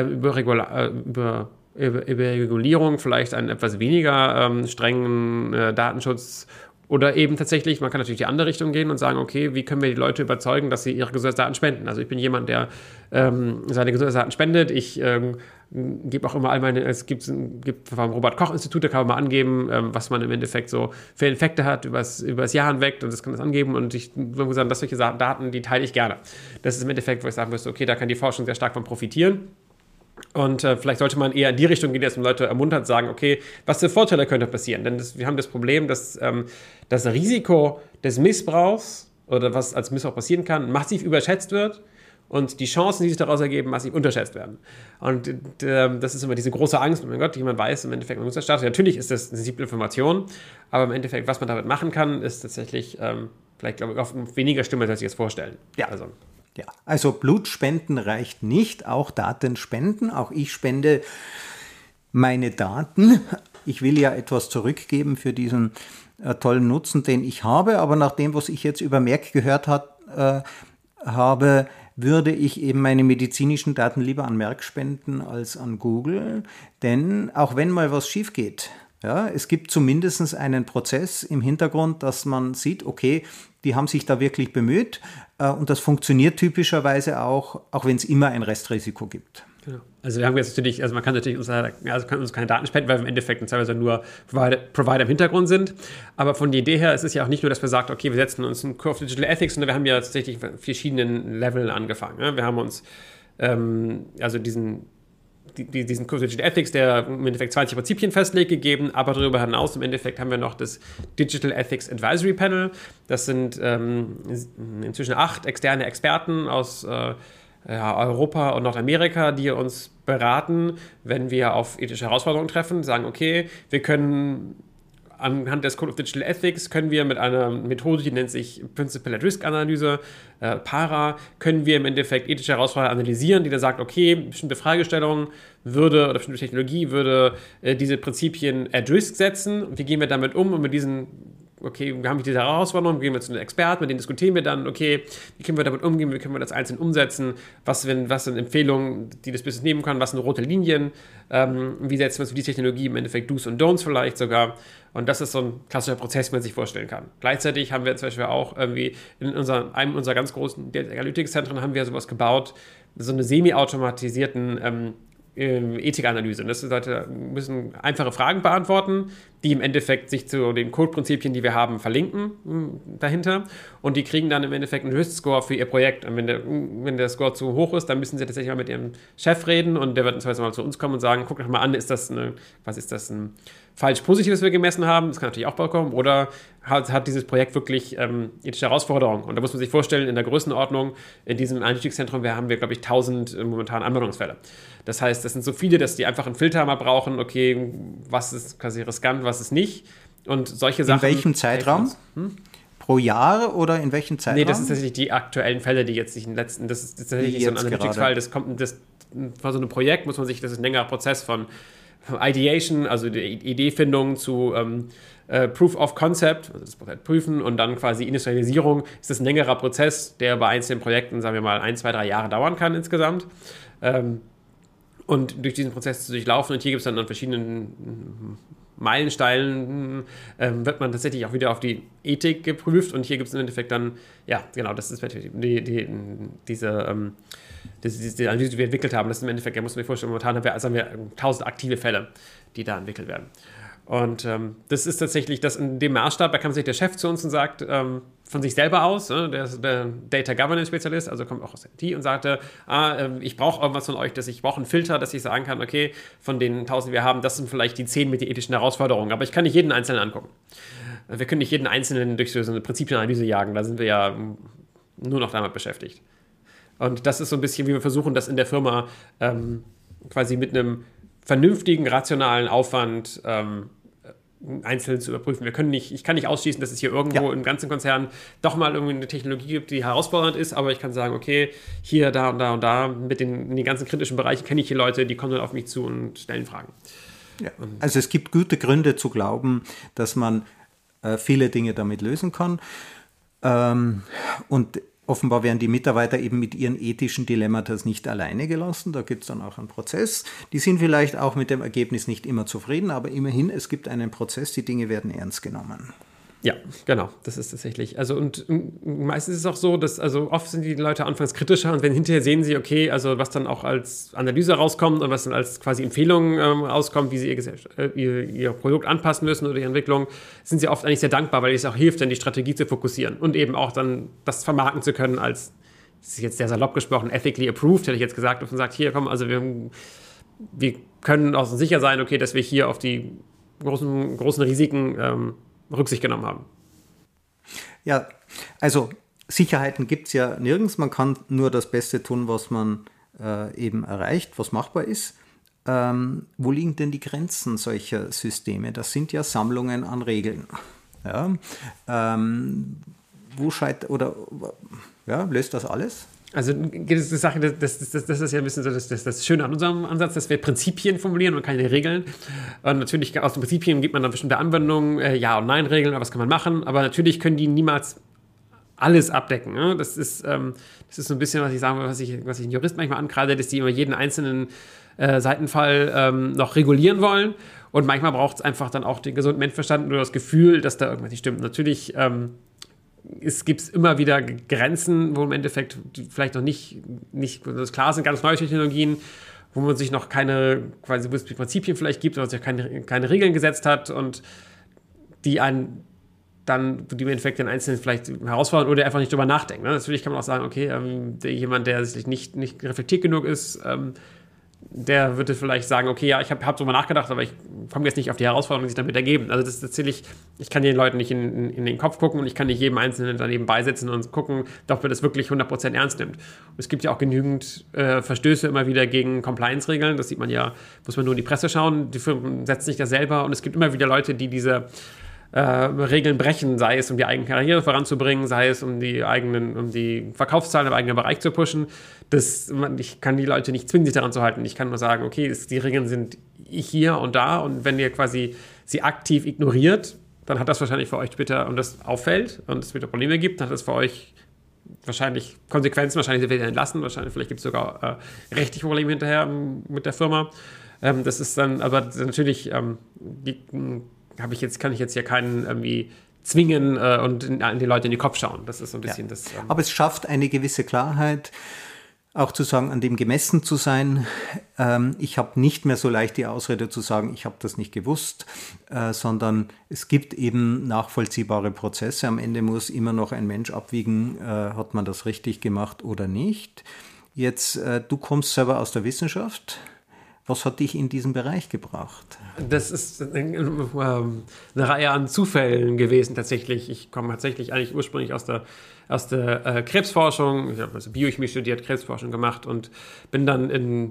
Über Regulierung, vielleicht einen etwas weniger strengen Datenschutz oder eben tatsächlich, man kann natürlich die andere Richtung gehen und sagen, okay, wie können wir die Leute überzeugen, dass sie ihre Gesundheitsdaten spenden? Also ich bin jemand, der seine Gesundheitsdaten spendet. Ich gebe auch immer es gibt vom Robert-Koch-Institut, da kann man mal angeben, was man im Endeffekt so für Infekte hat übers Jahr hinweg und das kann das angeben und ich würde sagen, dass solche Daten, die teile ich gerne. Das ist im Endeffekt, wo ich sagen müsste, okay, da kann die Forschung sehr stark von profitieren. Und vielleicht sollte man eher in die Richtung gehen, dass man Leute ermuntert, sagen, okay, was für Vorteile könnte passieren? Denn wir haben das Problem, dass das Risiko des Missbrauchs oder was als Missbrauch passieren kann, massiv überschätzt wird und die Chancen, die sich daraus ergeben, massiv unterschätzt werden. Und das ist immer diese große Angst, oh mein Gott, jemand weiß im Endeffekt, man muss das starten. Natürlich ist das sensible Information, aber im Endeffekt, was man damit machen kann, ist tatsächlich vielleicht, glaube ich, auf weniger Stimme, als ich es vorstellen. Ja. Also Blutspenden reicht nicht, auch Datenspenden. Auch ich spende meine Daten. Ich will ja etwas zurückgeben für diesen tollen Nutzen, den ich habe. Aber nach dem, was ich jetzt über Merck gehört habe, würde ich eben meine medizinischen Daten lieber an Merck spenden als an Google. Denn auch wenn mal was schief geht, ja, es gibt zumindest einen Prozess im Hintergrund, dass man sieht, okay, die haben sich da wirklich bemüht und das funktioniert typischerweise auch wenn es immer ein Restrisiko gibt. Genau. Also wir haben jetzt natürlich, man kann natürlich uns keine Daten spenden, weil wir im Endeffekt teilweise nur Provider im Hintergrund sind. Aber von der Idee her ist es ja auch nicht nur, dass wir sagen, okay, wir setzen uns einen Core of Digital Ethics, sondern wir haben ja tatsächlich verschiedenen Leveln angefangen. Ja? Wir haben uns diesen Core of Digital Ethics, der im Endeffekt 20 Prinzipien festlegt, gegeben, aber darüber hinaus im Endeffekt haben wir noch das Digital Ethics Advisory Panel. Das sind inzwischen 8 externe Experten aus Europa und Nordamerika, die uns beraten, wenn wir auf ethische Herausforderungen treffen, sagen, okay, wir können anhand des Code of Digital Ethics können wir mit einer Methode, die nennt sich Principal at Risk Analyse, PARA, können wir im Endeffekt ethische Herausforderungen analysieren, die dann sagt, okay, bestimmte Fragestellungen oder bestimmte Technologie würde diese Prinzipien at Risk setzen. Wie gehen wir damit um und mit diesen wir haben diese Herausforderung, gehen wir zu einem Experten, mit denen diskutieren wir dann, okay, wie können wir damit umgehen, wie können wir das einzeln umsetzen, was sind Empfehlungen, die das Business nehmen kann, was sind rote Linien, wie setzen wir uns für die Technologie im Endeffekt Do's und Don'ts vielleicht sogar. Und das ist so ein klassischer Prozess, wie man sich vorstellen kann. Gleichzeitig haben wir zum Beispiel auch irgendwie in einem unserer ganz großen Analytics-Zentren haben wir sowas gebaut, so eine semi-automatisierten Ethikanalyse. Das ist, Leute müssen einfache Fragen beantworten, die im Endeffekt sich zu den Codeprinzipien, die wir haben, verlinken dahinter. Und die kriegen dann im Endeffekt einen Risk-Score für ihr Projekt. Und wenn der Score zu hoch ist, dann müssen sie tatsächlich mal mit ihrem Chef reden und der wird zum Beispiel mal zu uns kommen und sagen, guck doch mal an, ist das ein falsch Positives, was wir gemessen haben? Das kann natürlich auch vorkommen. Oder hat dieses Projekt wirklich ethische Herausforderungen? Und da muss man sich vorstellen, in der Größenordnung, in diesem Analytics-Zentrum haben wir, glaube ich, 1000 momentan Anwendungsfälle. Das heißt, das sind so viele, dass die einfach einen Filter mal brauchen, okay, was ist quasi riskant, was ist nicht. Und solche Sachen. In welchem Zeitraum? Pro Jahr oder in welchem Zeitraum? Nee, das ist tatsächlich die aktuellen Fälle, die jetzt sich in den letzten, das ist tatsächlich so ein Analytics-Fall, das war so ein Projekt, das ist ein längerer Prozess von Ideation, also die Ideefindung zu Proof of Concept, also das Prozess prüfen und dann quasi Industrialisierung, ist das ein längerer Prozess, der bei einzelnen Projekten, sagen wir mal, 1, 2, 3 Jahre dauern kann insgesamt. Und durch diesen Prozess zu durchlaufen, und hier gibt es dann an verschiedenen Meilensteinen, wird man tatsächlich auch wieder auf die Ethik geprüft und hier gibt es im Endeffekt dann, ja, genau, das ist diese Analyse, die wir entwickelt haben, das ist im Endeffekt, muss man sich vorstellen, momentan haben wir 1000 aktive Fälle, die da entwickelt werden. Und das ist tatsächlich das in dem Maßstab, da kam sich der Chef zu uns und sagt von sich selber aus, der ist der Data Governance Spezialist, also kommt auch aus der IT und sagte, ich brauche irgendwas von euch, ich brauche einen Filter, dass ich sagen kann, okay, von den 1000, die wir haben, das sind vielleicht die 10 mit den ethischen Herausforderungen, aber ich kann nicht jeden Einzelnen angucken. Wir können nicht jeden Einzelnen durch so eine Prinzipienanalyse jagen, da sind wir ja nur noch damit beschäftigt. Und das ist so ein bisschen, wie wir versuchen, das in der Firma quasi mit einem vernünftigen, rationalen Aufwand einzeln zu überprüfen. Ich kann nicht ausschließen, dass es hier irgendwo im ganzen Konzern doch mal irgendwie eine Technologie gibt, die herausfordernd ist, aber ich kann sagen, okay, hier, da und da und da, in den ganzen kritischen Bereichen kenne ich hier Leute, die kommen dann auf mich zu und stellen Fragen. Ja. Also es gibt gute Gründe zu glauben, dass man viele Dinge damit lösen kann. Und offenbar werden die Mitarbeiter eben mit ihren ethischen Dilemmata nicht alleine gelassen. Da gibt es dann auch einen Prozess. Die sind vielleicht auch mit dem Ergebnis nicht immer zufrieden, aber immerhin, es gibt einen Prozess, die Dinge werden ernst genommen. Ja, genau, das ist tatsächlich. Also und meistens ist es auch so, dass oft sind die Leute anfangs kritischer und wenn hinterher sehen sie, okay, also was dann auch als Analyse rauskommt und was dann als quasi Empfehlung rauskommt, wie sie ihr Produkt anpassen müssen oder ihre Entwicklung, sind sie oft eigentlich sehr dankbar, weil es auch hilft, dann die Strategie zu fokussieren und eben auch dann das vermarkten zu können als, das ist jetzt sehr salopp gesprochen, ethically approved, hätte ich jetzt gesagt, und sagt, hier, komm, also wir können auch sicher sein, okay, dass wir hier auf die großen Risiken Rücksicht genommen haben. Ja, also Sicherheiten gibt es ja nirgends. Man kann nur das Beste tun, was man eben erreicht, was machbar ist. Wo liegen denn die Grenzen solcher Systeme? Das sind ja Sammlungen an Regeln. Ja, löst das alles? Also das ist ja ein bisschen so das Schöne an unserem Ansatz, dass wir Prinzipien formulieren und keine Regeln. Und natürlich aus den Prinzipien gibt man dann bestimmte Anwendungen, Ja- und Nein-Regeln, was kann man machen. Aber natürlich können die niemals alles abdecken. Ne? Das ist so ein bisschen, was ich sagen will, was ich einen Jurist manchmal ankreide, dass die immer jeden einzelnen Seitenfall noch regulieren wollen. Und manchmal braucht es einfach dann auch den gesunden Menschenverstand oder das Gefühl, dass da irgendwas nicht stimmt. Natürlich es gibt immer wieder Grenzen, wo im Endeffekt vielleicht noch nicht klar sind, ganz neue Technologien, wo man sich noch keine quasi Prinzipien vielleicht gibt oder sich keine Regeln gesetzt hat und die im Endeffekt den Einzelnen vielleicht herausfordern oder einfach nicht drüber nachdenken. Ne? Natürlich kann man auch sagen, okay, jemand, der sich nicht reflektiert genug ist, der würde vielleicht sagen, okay, ja, ich hab drüber nachgedacht, aber ich komme jetzt nicht auf die Herausforderungen, die sich damit ergeben. Also das ist tatsächlich, ich kann den Leuten nicht in den Kopf gucken und ich kann nicht jedem Einzelnen daneben beisetzen und gucken, ob er das wirklich 100% ernst nimmt. Und es gibt ja auch genügend Verstöße immer wieder gegen Compliance-Regeln. Das sieht man ja, muss man nur in die Presse schauen. Die Firmen setzen sich da selber und es gibt immer wieder Leute, die diese Regeln brechen, sei es um die eigene Karriere voranzubringen, sei es um die Verkaufszahlen im eigenen Bereich zu pushen. Ich kann die Leute nicht zwingen, sich daran zu halten. Ich kann nur sagen, okay, die Regeln sind hier und da und wenn ihr quasi sie aktiv ignoriert, dann hat das wahrscheinlich für euch später, und das auffällt und es wieder Probleme gibt, dann hat das für euch wahrscheinlich Konsequenzen, wahrscheinlich wird ihr entlassen, wahrscheinlich gibt es sogar rechtliche Probleme hinterher mit der Firma. Das ist dann, aber natürlich kann ich jetzt hier keinen irgendwie zwingen und die Leute in den Kopf schauen. Das ist so ein bisschen das. Aber es schafft eine gewisse Klarheit, auch zu sagen, an dem gemessen zu sein. Ich habe nicht mehr so leicht die Ausrede zu sagen, ich habe das nicht gewusst, sondern es gibt eben nachvollziehbare Prozesse. Am Ende muss immer noch ein Mensch abwiegen, hat man das richtig gemacht oder nicht. Jetzt, du kommst selber aus der Wissenschaft. Was hat dich in diesen Bereich gebracht? Das ist eine Reihe an Zufällen gewesen tatsächlich. Ich komme tatsächlich eigentlich ursprünglich aus der Krebsforschung. Ich habe also Biochemie studiert, Krebsforschung gemacht und bin dann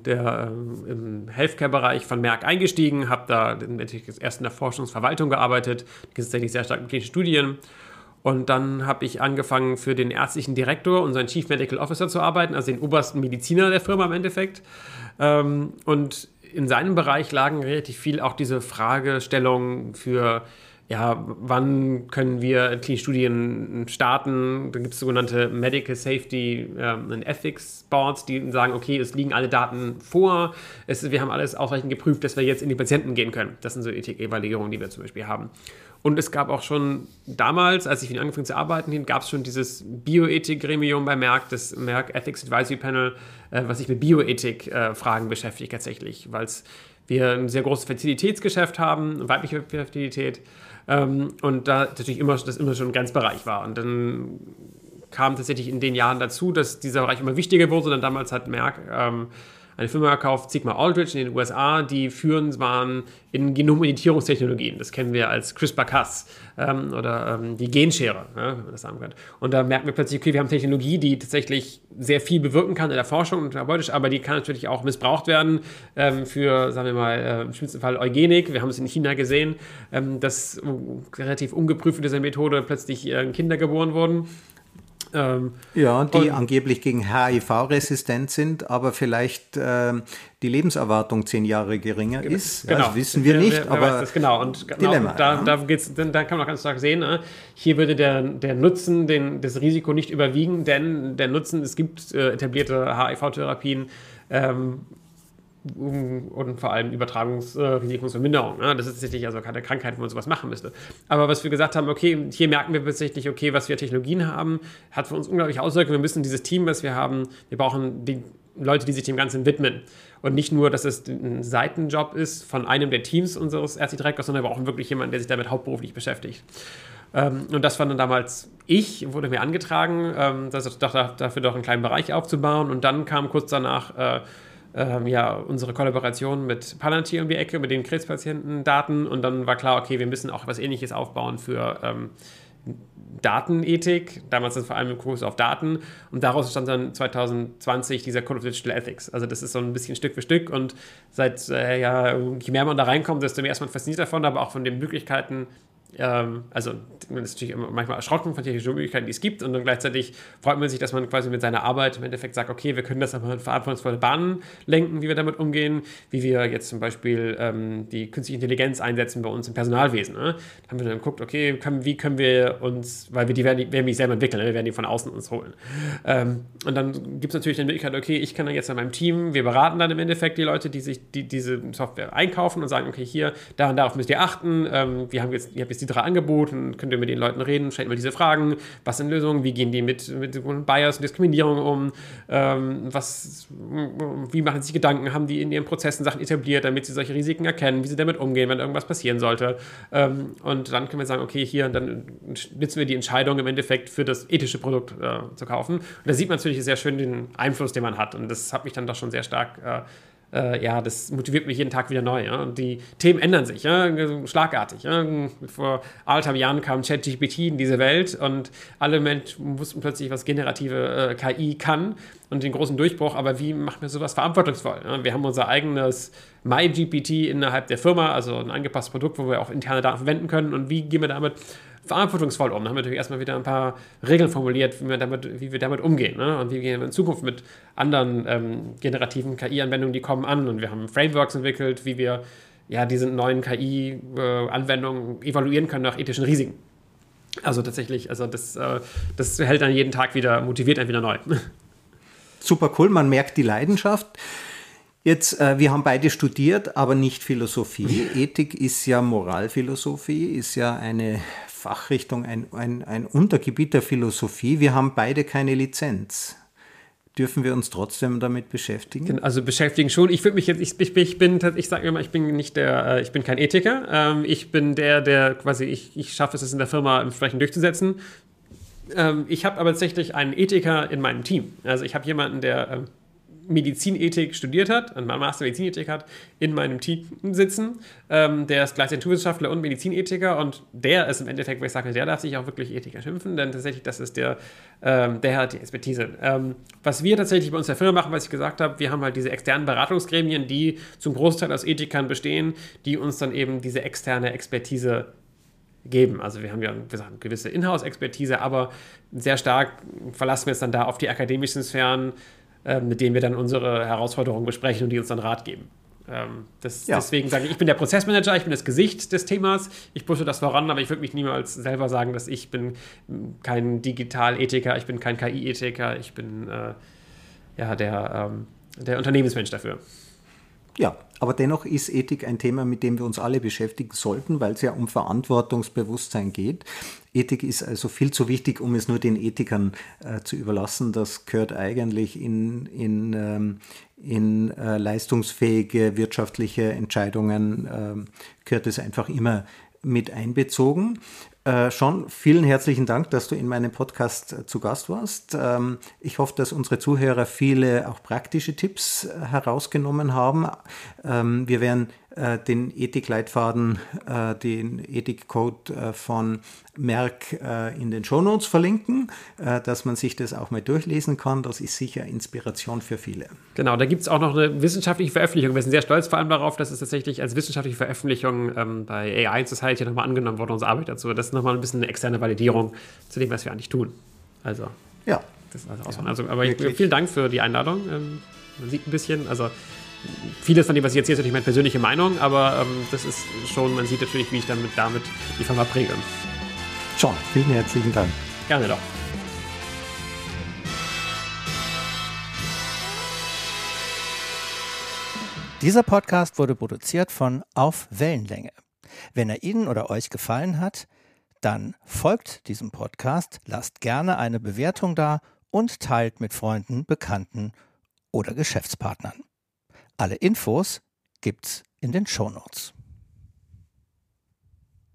im Healthcare-Bereich von Merck eingestiegen, habe da erst in der Forschungsverwaltung gearbeitet, tatsächlich sehr stark mit klinischen Studien. Und dann habe ich angefangen, für den ärztlichen Direktor, unseren Chief Medical Officer, zu arbeiten, also den obersten Mediziner der Firma im Endeffekt. Und in seinem Bereich lagen relativ viel auch diese Fragestellungen für, wann können wir klinische Studien starten? Da gibt es sogenannte Medical Safety and Ethics Boards, die sagen, okay, es liegen alle Daten vor, wir haben alles ausreichend geprüft, dass wir jetzt in die Patienten gehen können. Das sind so Ethik-Evaluierungen, die wir zum Beispiel haben. Und es gab auch schon damals, als ich wieder angefangen zu arbeiten, gab es schon dieses Bioethik-Gremium bei Merck, das Merck Ethics Advisory Panel, was sich mit Bioethik-Fragen beschäftigt tatsächlich, weil es wir ein sehr großes Fertilitätsgeschäft haben, weibliche Fertilität, und da natürlich das immer schon ein Grenzbereich war. Und dann kam tatsächlich in den Jahren dazu, dass dieser Bereich immer wichtiger wurde. Und dann damals hat Merck eine Firma gekauft, Sigma Aldrich in den USA, die führend waren in Genomeditierungstechnologien. Das kennen wir als CRISPR-Cas oder die Genschere, wenn man das sagen kann. Und da merken wir plötzlich, okay, wir haben Technologie, die tatsächlich sehr viel bewirken kann in der Forschung und therapeutisch, aber die kann natürlich auch missbraucht werden für, sagen wir mal, im schlimmsten Fall Eugenik. Wir haben es in China gesehen, dass relativ ungeprüft mit dieser Methode plötzlich Kinder geboren wurden. Die angeblich gegen HIV-resistent sind, aber vielleicht die Lebenserwartung 10 Jahre geringer ist. Genau. Das wissen wir nicht, wer aber weiß das genau. Und Dilemma. Da kann man auch ganz stark sehen, hier würde der Nutzen das Risiko nicht überwiegen, denn der Nutzen, es gibt etablierte HIV-Therapien, und vor allem Übertragungsrisikoverminderung. Das ist tatsächlich also keine Krankheit, wo man sowas machen müsste. Aber was wir gesagt haben, okay, hier merken wir tatsächlich, okay, was wir Technologien haben, hat für uns unglaubliche Auswirkungen. Wir müssen dieses Team, was wir haben, wir brauchen die Leute, die sich dem Ganzen widmen. Und nicht nur, dass es ein Seitenjob ist von einem der Teams unseres Ärztedirektors, sondern wir brauchen wirklich jemanden, der sich damit hauptberuflich beschäftigt. Und das war dann damals wurde mir angetragen, dafür doch einen kleinen Bereich aufzubauen. Und dann kam kurz danach unsere Kollaboration mit Palantir um die Ecke, mit den Krebspatientendaten, und dann war klar, okay, wir müssen auch etwas Ähnliches aufbauen für Datenethik, damals vor allem im Kurs auf Daten, und daraus stand dann 2020 dieser Code of Digital Ethics. Also das ist so ein bisschen Stück für Stück, und je mehr man da reinkommt, desto mehr ist man fasziniert davon, aber auch von den Möglichkeiten. Also man ist natürlich manchmal erschrocken von technischen Möglichkeiten, die es gibt, und dann gleichzeitig freut man sich, dass man quasi mit seiner Arbeit im Endeffekt sagt, okay, wir können das aber in verantwortungsvolle Bahnen lenken, wie wir damit umgehen, wie wir jetzt zum Beispiel die künstliche Intelligenz einsetzen bei uns im Personalwesen. Da haben wir dann geguckt, okay, wie können wir uns, weil die werden nicht selber entwickeln, wir werden die von außen uns holen. Und dann gibt es natürlich die Möglichkeit, okay, ich kann dann jetzt an meinem Team, wir beraten dann im Endeffekt die Leute, die sich diese Software einkaufen und sagen, okay, hier, da und darauf müsst ihr achten, ihr habt jetzt die 3 Angebote, könnt ihr mit den Leuten reden, stellt mal diese Fragen, was sind Lösungen, wie gehen die mit Bias und Diskriminierung um, wie machen sie sich Gedanken, haben die in ihren Prozessen Sachen etabliert, damit sie solche Risiken erkennen, wie sie damit umgehen, wenn irgendwas passieren sollte. Und dann können wir sagen, okay, hier, dann nutzen wir die Entscheidung im Endeffekt für das ethische Produkt zu kaufen. Und da sieht man natürlich sehr schön den Einfluss, den man hat, und das hat mich dann doch schon sehr stark das motiviert mich jeden Tag wieder neu. Ja? Und die Themen ändern sich, schlagartig. Ja? Vor 1,5 Jahren kam ChatGPT in diese Welt, und alle Menschen wussten plötzlich, was generative KI kann und den großen Durchbruch. Aber wie machen wir sowas verantwortungsvoll? Ja? Wir haben unser eigenes MyGPT innerhalb der Firma, also ein angepasstes Produkt, wo wir auch interne Daten verwenden können. Und wie gehen wir damit verantwortungsvoll um? Da haben wir natürlich erstmal wieder ein paar Regeln formuliert, wie wir damit umgehen. Ne? Und wie gehen wir in Zukunft mit anderen generativen KI-Anwendungen, die kommen, an. Und wir haben Frameworks entwickelt, wie wir diese neuen KI-Anwendungen evaluieren können nach ethischen Risiken. Also tatsächlich, das hält dann jeden Tag wieder, motiviert einen wieder neu. Super cool, man merkt die Leidenschaft. Jetzt, wir haben beide studiert, aber nicht Philosophie. Ethik ist ja Moralphilosophie, ist ja eine Fachrichtung, ein Untergebiet der Philosophie. Wir haben beide keine Lizenz. Dürfen wir uns trotzdem damit beschäftigen? Also beschäftigen schon. Ich würde mich jetzt, ich sage immer, ich bin kein Ethiker. Ich bin der quasi, ich schaffe es in der Firma entsprechend durchzusetzen. Ich habe aber tatsächlich einen Ethiker in meinem Team. Also ich habe jemanden, der Medizinethik studiert hat, einen Master Medizinethik hat, in meinem Team sitzen. Der ist gleichzeitig Naturwissenschaftler und Medizinethiker, und der ist im Endeffekt, wo ich sage, der darf sich auch wirklich Ethiker schimpfen, denn tatsächlich, das ist der hat die Expertise. Was wir tatsächlich bei uns in der Firma machen, was ich gesagt habe, wir haben halt diese externen Beratungsgremien, die zum Großteil aus Ethikern bestehen, die uns dann eben diese externe Expertise geben. Also wir haben ja eine gewisse Inhouse-Expertise, aber sehr stark verlassen wir uns dann da auf die akademischen Sphären, mit denen wir dann unsere Herausforderungen besprechen und die uns dann Rat geben. Deswegen sage ich bin der Prozessmanager, ich bin das Gesicht des Themas, ich pushe das voran, aber ich würde mich niemals selber sagen, dass ich bin kein Digitalethiker, ich bin kein KI-Ethiker, ich bin der Unternehmensmensch dafür. Ja, aber dennoch ist Ethik ein Thema, mit dem wir uns alle beschäftigen sollten, weil es ja um Verantwortungsbewusstsein geht. Ethik ist also viel zu wichtig, um es nur den Ethikern zu überlassen. Das gehört eigentlich in leistungsfähige wirtschaftliche Entscheidungen, gehört es einfach immer mit einbezogen. Sean, vielen herzlichen Dank, dass du in meinem Podcast zu Gast warst. Ich hoffe, dass unsere Zuhörer viele auch praktische Tipps herausgenommen haben. Wir werden den Ethikleitfaden, den Ethikcode von Merck in den Shownotes verlinken, dass man sich das auch mal durchlesen kann. Das ist sicher Inspiration für viele. Genau, da gibt es auch noch eine wissenschaftliche Veröffentlichung. Wir sind sehr stolz vor allem darauf, dass es tatsächlich als wissenschaftliche Veröffentlichung bei AI Society nochmal angenommen wurde, unsere Arbeit dazu. Das ist nochmal ein bisschen eine externe Validierung zu dem, was wir eigentlich tun. Also, ja. Das ist aber vielen Dank für die Einladung. Man sieht ein bisschen, also vieles von dem, was ich jetzt hier ist, natürlich meine persönliche Meinung, aber das ist schon, man sieht natürlich, wie ich damit die Firma präge. Sean, vielen herzlichen Dank. Gerne doch. Dieser Podcast wurde produziert von Auf Wellenlänge. Wenn er Ihnen oder euch gefallen hat, dann folgt diesem Podcast, lasst gerne eine Bewertung da und teilt mit Freunden, Bekannten oder Geschäftspartnern. Alle Infos gibt's in den Shownotes.